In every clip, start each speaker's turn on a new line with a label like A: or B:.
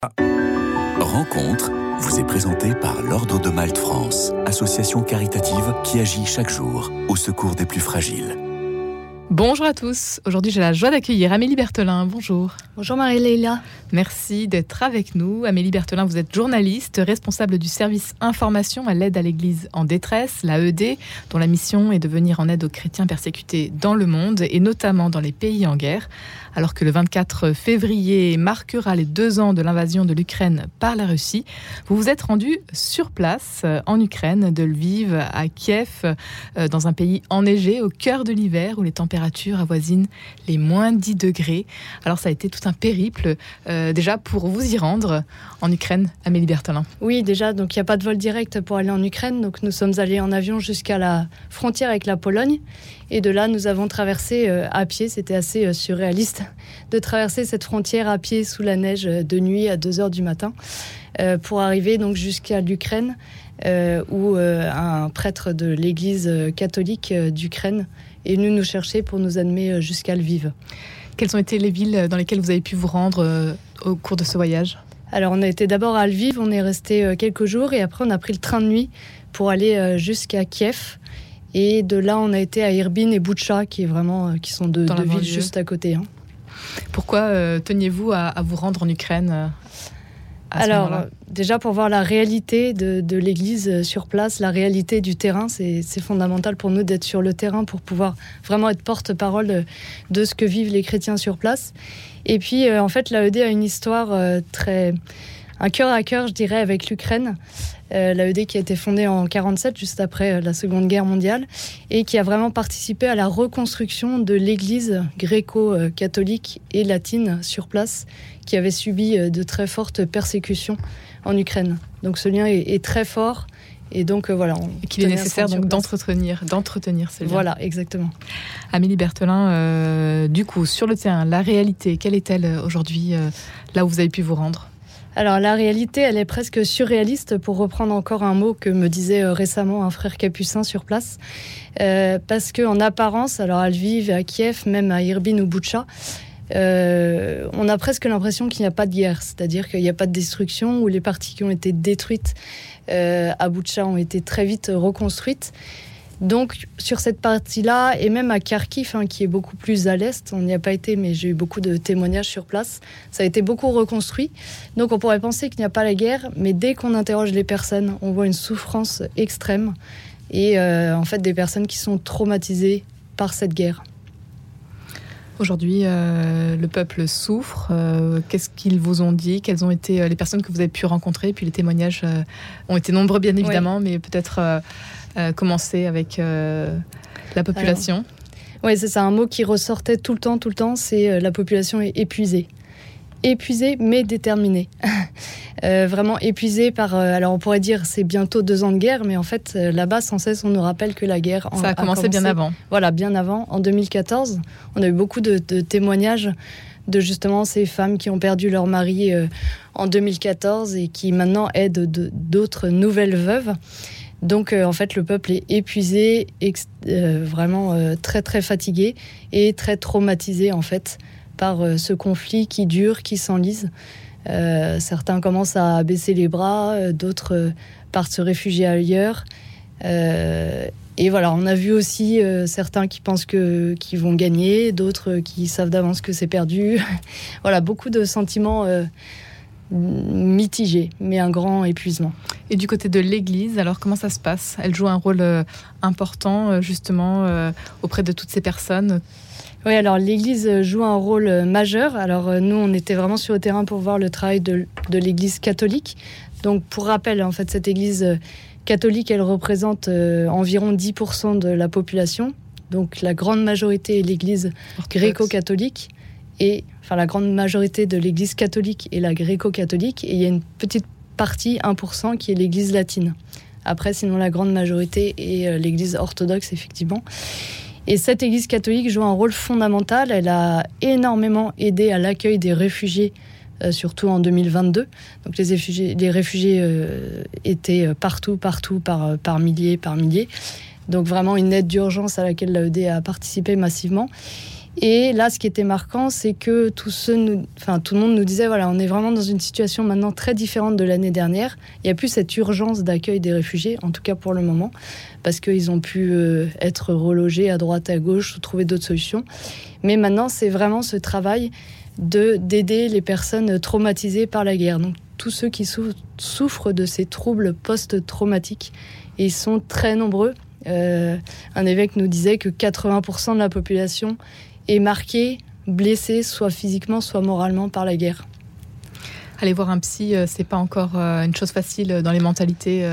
A: Rencontre vous est présentée par l'Ordre de Malte France, association caritative qui agit chaque jour au secours des plus fragiles.
B: Bonjour à tous, aujourd'hui j'ai la joie d'accueillir Amélie Berthelin, bonjour.
C: Bonjour Marie-Léla.
B: Merci d'être avec nous. Amélie Berthelin, vous êtes journaliste, responsable du service information à l'aide à l'Église en détresse, l'AED, dont la mission est de venir en aide aux chrétiens persécutés dans le monde et notamment dans les pays en guerre. Alors que le 24 février marquera les 2 ans de l'invasion de l'Ukraine par la Russie, vous vous êtes rendu sur place en Ukraine, de Lviv à Kiev, dans un pays enneigé au cœur de l'hiver où les températures avoisinent les moins 10 degrés. Alors ça a été tout un périple déjà pour vous y rendre en Ukraine, Amélie Berthelin.
C: Oui, déjà, donc il n'y a pas de vol direct pour aller en Ukraine, donc nous sommes allés en avion jusqu'à la frontière avec la Pologne. Et de là, nous avons traversé à pied, c'était assez surréaliste, de traverser cette frontière à pied sous la neige de nuit à 2h du matin pour arriver donc jusqu'à l'Ukraine où un prêtre de l'église catholique d'Ukraine est venu nous chercher pour nous amener jusqu'à Lviv.
B: Quelles ont été les villes dans lesquelles vous avez pu vous rendre au cours de ce voyage ?
C: Alors on a été d'abord à Lviv, on est resté quelques jours et après on a pris le train de nuit pour aller jusqu'à Kiev. Et de là, on a été à Irbin et Boutcha, qui sont deux villes juste à côté.
B: Pourquoi teniez-vous à vous rendre en Ukraine
C: Alors, déjà pour voir la réalité de l'église sur place, la réalité du terrain, c'est fondamental pour nous d'être sur le terrain pour pouvoir vraiment être porte-parole de ce que vivent les chrétiens sur place. Et puis, en fait, l'AED a une histoire un cœur à cœur, je dirais, avec l'Ukraine. L'AED qui a été fondée en 1947, juste après la Seconde Guerre mondiale, et qui a vraiment participé à la reconstruction de l'église gréco-catholique et latine sur place, qui avait subi de très fortes persécutions en Ukraine. Donc ce lien est très fort, et donc voilà.
B: Et qu'il est nécessaire donc d'entretenir ce lien.
C: Voilà, exactement.
B: Amélie Berthelin, du coup, sur le terrain, la réalité, quelle est-elle aujourd'hui, là où vous avez pu vous rendre ?
C: Alors la réalité, elle est presque surréaliste, pour reprendre encore un mot que me disait récemment un frère capucin sur place, parce qu'en apparence, alors à Lviv, à Kiev, même à Irbin ou Boutcha, on a presque l'impression qu'il n'y a pas de guerre, c'est-à-dire qu'il n'y a pas de destruction, où les parties qui ont été détruites à Boutcha ont été très vite reconstruites. Donc sur cette partie-là, et même à Kharkiv, qui est beaucoup plus à l'est, on n'y a pas été, mais j'ai eu beaucoup de témoignages sur place, ça a été beaucoup reconstruit. Donc on pourrait penser qu'il n'y a pas la guerre, mais dès qu'on interroge les personnes, on voit une souffrance extrême, et en fait des personnes qui sont traumatisées par cette guerre.
B: Aujourd'hui, le peuple souffre. Qu'est-ce qu'ils vous ont dit ? Quelles ont été les personnes que vous avez pu rencontrer ? Puis les témoignages ont été nombreux, bien évidemment, oui. Mais peut-être commencer avec la population.
C: Oui, c'est ça. Un mot qui ressortait tout le temps, c'est la population est épuisée. Épuisée, mais déterminée. Vraiment épuisée par... alors on pourrait dire c'est bientôt 2 ans de guerre, mais en fait là-bas sans cesse on nous rappelle que la guerre
B: a commencé bien avant.
C: Voilà, bien avant, en 2014. On a eu beaucoup de témoignages de justement ces femmes qui ont perdu leur mari en 2014 et qui maintenant aident d'autres nouvelles veuves. Donc en fait le peuple est épuisé, vraiment très très fatigué et très traumatisé en fait par ce conflit qui dure, qui s'enlise. Certains commencent à baisser les bras, d'autres partent se réfugier ailleurs. Et voilà, on a vu aussi certains qui pensent qu'ils vont gagner, d'autres qui savent d'avance que c'est perdu. Voilà, beaucoup de sentiments mitigé, mais un grand épuisement.
B: Et du côté de l'Église, alors comment ça se passe ? Elle joue un rôle important justement auprès de toutes ces personnes.
C: Oui, alors l'Église joue un rôle majeur. Alors nous, on était vraiment sur le terrain pour voir le travail de l'Église catholique. Donc pour rappel, en fait, cette Église catholique, elle représente environ 10% de la population. Donc la grande majorité est l'Église gréco-catholique. Et enfin, la grande majorité de l'Église catholique est la gréco-catholique. Et il y a une petite partie, 1%, qui est l'Église latine. Après, sinon, la grande majorité est l'Église orthodoxe, effectivement. Et cette Église catholique joue un rôle fondamental. Elle a énormément aidé à l'accueil des réfugiés, surtout en 2022. Donc les réfugiés étaient partout, par milliers, par milliers. Donc vraiment une aide d'urgence à laquelle l'AED a participé massivement. Et là, ce qui était marquant, c'est que tout le monde nous disait, voilà, on est vraiment dans une situation maintenant très différente de l'année dernière. Il n'y a plus cette urgence d'accueil des réfugiés, en tout cas pour le moment, parce qu'ils ont pu être relogés à droite, à gauche, ou trouver d'autres solutions. Mais maintenant, c'est vraiment ce travail d'aider les personnes traumatisées par la guerre. Donc, tous ceux qui souffrent de ces troubles post-traumatiques. Et ils sont très nombreux. Un évêque nous disait que 80% de la population est marquée, blessée, soit physiquement, soit moralement par la guerre.
B: Aller voir un psy, c'est pas encore une chose facile dans les mentalités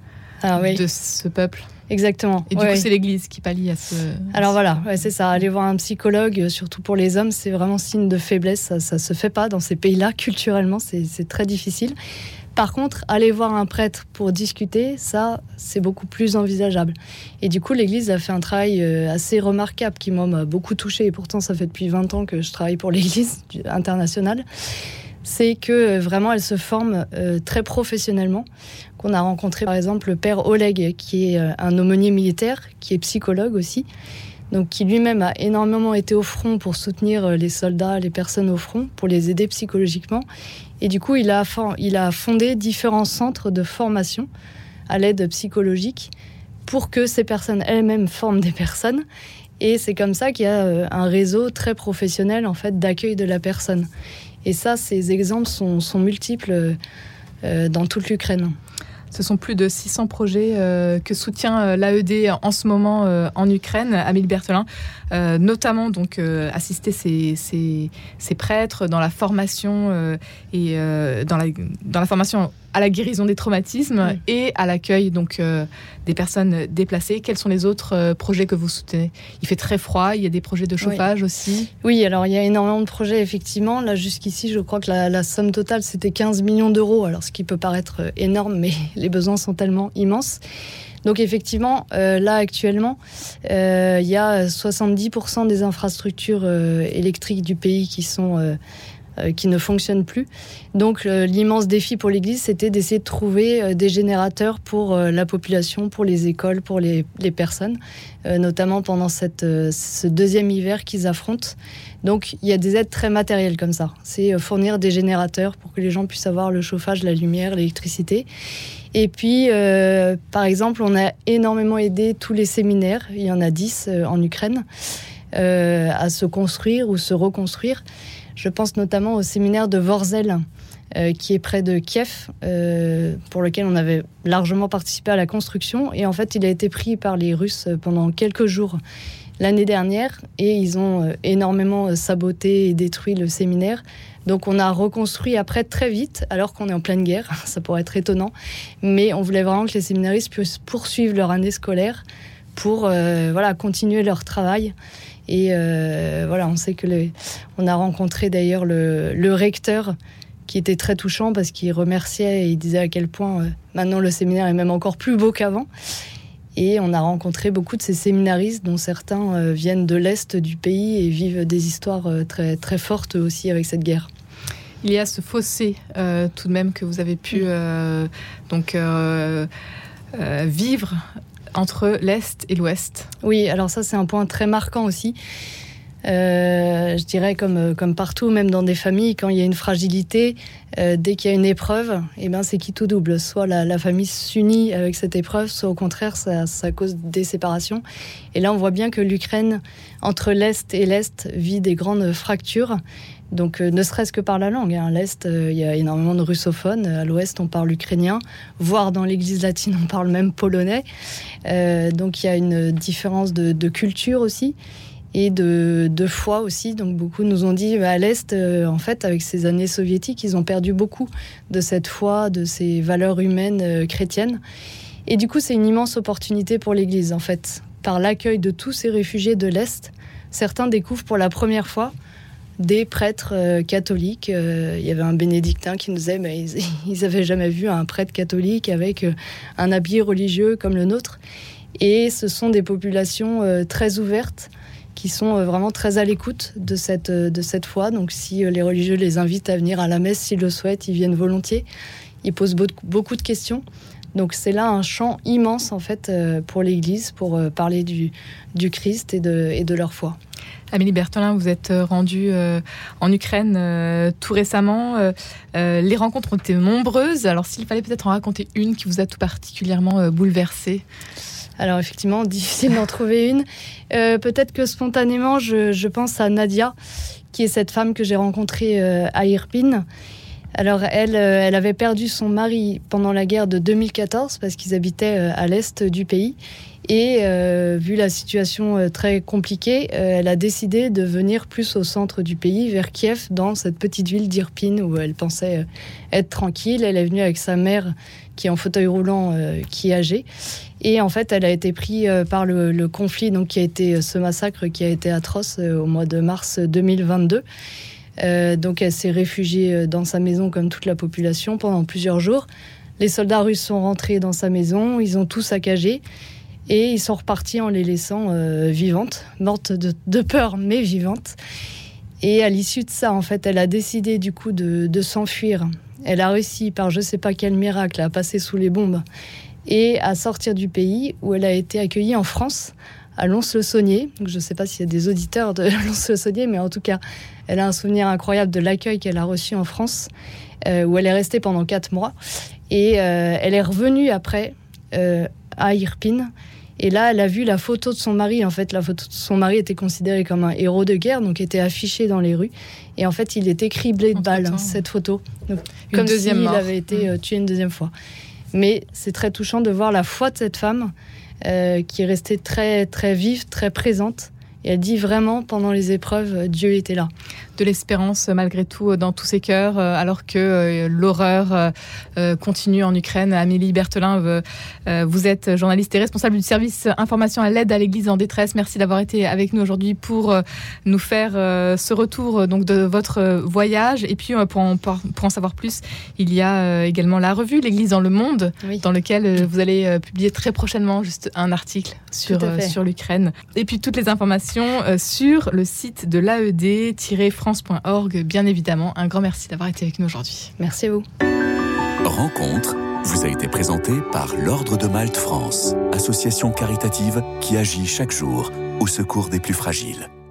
B: de ce peuple.
C: Exactement.
B: Et du coup, c'est l'Église qui pallie à ce...
C: Alors voilà, c'est ça. Aller voir un psychologue, surtout pour les hommes, c'est vraiment signe de faiblesse. Ça se fait pas dans ces pays-là. Culturellement, c'est très difficile. Par contre, aller voir un prêtre pour discuter, ça, c'est beaucoup plus envisageable. Et du coup, l'Église a fait un travail assez remarquable qui, moi, m'a beaucoup touchée. Et pourtant, ça fait depuis 20 ans que je travaille pour l'Église internationale. C'est que vraiment, elle se forme très professionnellement. Qu'on a rencontré, par exemple, le père Oleg, qui est un aumônier militaire, qui est psychologue aussi. Donc, qui lui-même a énormément été au front pour soutenir les soldats, les personnes au front, pour les aider psychologiquement. Et du coup, il a fondé différents centres de formation à l'aide psychologique pour que ces personnes elles-mêmes forment des personnes. Et c'est comme ça qu'il y a un réseau très professionnel en fait, d'accueil de la personne. Et ça, ces exemples sont multiples dans toute l'Ukraine.
B: Ce sont plus de 600 projets que soutient l'AED en ce moment en Ukraine. Amélie Berthelin, notamment donc assister ces prêtres dans la formation et dans la formation à la guérison des traumatismes et à l'accueil donc des personnes déplacées. Quels sont les autres projets que vous soutenez ? Il fait très froid, il y a des projets de chauffage aussi. Oui, alors il y a énormément de projets effectivement. Là jusqu'ici, je crois que la somme totale c'était 15 millions d'euros. Alors ce qui peut paraître énorme, mais les besoins sont tellement immenses. Donc effectivement, là actuellement, il y a 70% des infrastructures électriques du pays qui ne fonctionnent plus. Donc l'immense défi pour l'Église, c'était d'essayer de trouver des générateurs pour la population, pour les écoles, pour les personnes, notamment pendant ce deuxième hiver qu'ils affrontent. Donc il y a des aides très matérielles comme ça. C'est fournir des générateurs pour que les gens puissent avoir le chauffage, la lumière, l'électricité. Et puis, par exemple, on a énormément aidé tous les séminaires, il y en a 10 en Ukraine, à se construire ou se reconstruire. Je pense notamment au séminaire de Vorzel, qui est près de Kiev, pour lequel on avait largement participé à la construction. Et en fait, il a été pris par les Russes pendant quelques jours l'année dernière. Et ils ont énormément saboté et détruit le séminaire. Donc on a reconstruit après très vite, alors qu'on est en pleine guerre. Ça pourrait être étonnant. Mais on voulait vraiment que les séminaristes puissent poursuivre leur année scolaire pour continuer leur travail. Et on sait que on a rencontré d'ailleurs le recteur qui était très touchant parce qu'il remerciait et il disait à quel point maintenant le séminaire est même encore plus beau qu'avant. Et on a rencontré beaucoup de ces séminaristes dont certains viennent de l'Est du pays et vivent des histoires très, très fortes aussi avec cette guerre. Il y a ce fossé tout de même que vous avez pu vivre entre l'Est et l'Ouest. Oui, alors ça c'est un point très marquant aussi. Je dirais comme partout, même dans des familles, quand il y a une fragilité, dès qu'il y a une épreuve, c'est qui tout double. Soit la famille s'unit avec cette épreuve, soit au contraire, ça cause des séparations. Et là, on voit bien que l'Ukraine, entre l'Est et l'Est, vit des grandes fractures. Donc, ne serait-ce que par la langue. À l'Est, il y a énormément de russophones. À l'Ouest, on parle ukrainien. Voire dans l'Église latine, on parle même polonais. Donc, il y a une différence de culture aussi. Et de foi aussi. Donc beaucoup nous ont dit à l'Est, en fait, avec ces années soviétiques, ils ont perdu beaucoup de cette foi, de ces valeurs humaines chrétiennes. Et du coup, c'est une immense opportunité pour l'Église, en fait. Par l'accueil de tous ces réfugiés de l'Est, certains découvrent pour la première fois des prêtres catholiques. Il y avait un bénédictin qui nous disait ils n'avaient jamais vu un prêtre catholique avec un habit religieux comme le nôtre. Et ce sont des populations très ouvertes, qui sont vraiment très à l'écoute de cette foi. Donc si les religieux les invitent à venir à la messe, s'ils le souhaitent, ils viennent volontiers. Ils posent beaucoup de questions. Donc c'est là un champ immense en fait pour l'Église, pour parler du Christ et de leur foi. Amélie Berthelin, vous êtes rendue en Ukraine tout récemment. Les rencontres ont été nombreuses. Alors, s'il fallait peut-être en raconter une qui vous a tout particulièrement bouleversée.
C: Alors effectivement, difficile d'en trouver une. Peut-être que spontanément, je pense à Nadia, qui est cette femme que j'ai rencontrée à Irpin. Alors elle avait perdu son mari pendant la guerre de 2014 parce qu'ils habitaient à l'est du pays. Et vu la situation très compliquée, elle a décidé de venir plus au centre du pays, vers Kiev, dans cette petite ville d'Irpin où elle pensait être tranquille. Elle est venue avec sa mère qui est en fauteuil roulant, qui est âgée. Et en fait, elle a été prise par le conflit, donc qui a été ce massacre qui a été atroce au mois de mars 2022. Donc elle s'est réfugiée dans sa maison comme toute la population pendant plusieurs jours. Les soldats russes sont rentrés dans sa maison, ils ont tout saccagé. Et ils sont repartis en les laissant vivantes, mortes de peur, mais vivantes. Et à l'issue de ça, en fait, elle a décidé du coup de s'enfuir. Elle a réussi, par je ne sais pas quel miracle, à passer sous les bombes et à sortir du pays, où elle a été accueillie en France, à Lons-le-Saunier. Donc, je ne sais pas s'il y a des auditeurs de Lons-le-Saunier, mais en tout cas, elle a un souvenir incroyable de l'accueil qu'elle a reçu en France, où elle est restée pendant 4 mois. Et elle est revenue après à Irpin. Et là, elle a vu la photo de son mari. En fait, la photo de son mari était considérée comme un héros de guerre, donc était affichée dans les rues. Et en fait, il était criblé de balles, cette photo. Donc, comme s'il avait été tué une deuxième fois. Mais c'est très touchant de voir la foi de cette femme qui est restée très, très vive, très présente. Et elle dit vraiment, pendant les épreuves, Dieu était là.
B: De l'espérance, malgré tout, dans tous ces cœurs, alors que l'horreur continue en Ukraine. Amélie Berthelin, vous êtes journaliste et responsable du service information à l'aide à l'Église en détresse. Merci d'avoir été avec nous aujourd'hui pour nous faire ce retour donc, de votre voyage. Et puis, pour en savoir plus, il y a également la revue L'Église dans le monde, oui, dans lequel vous allez publier très prochainement juste un article sur l'Ukraine. Et puis, toutes les informations sur le site de l'AED-france.org, bien évidemment. Un grand merci d'avoir été avec nous aujourd'hui.
C: Merci à vous.
A: Rencontre vous a été présentée par l'Ordre de Malte France, association caritative qui agit chaque jour au secours des plus fragiles.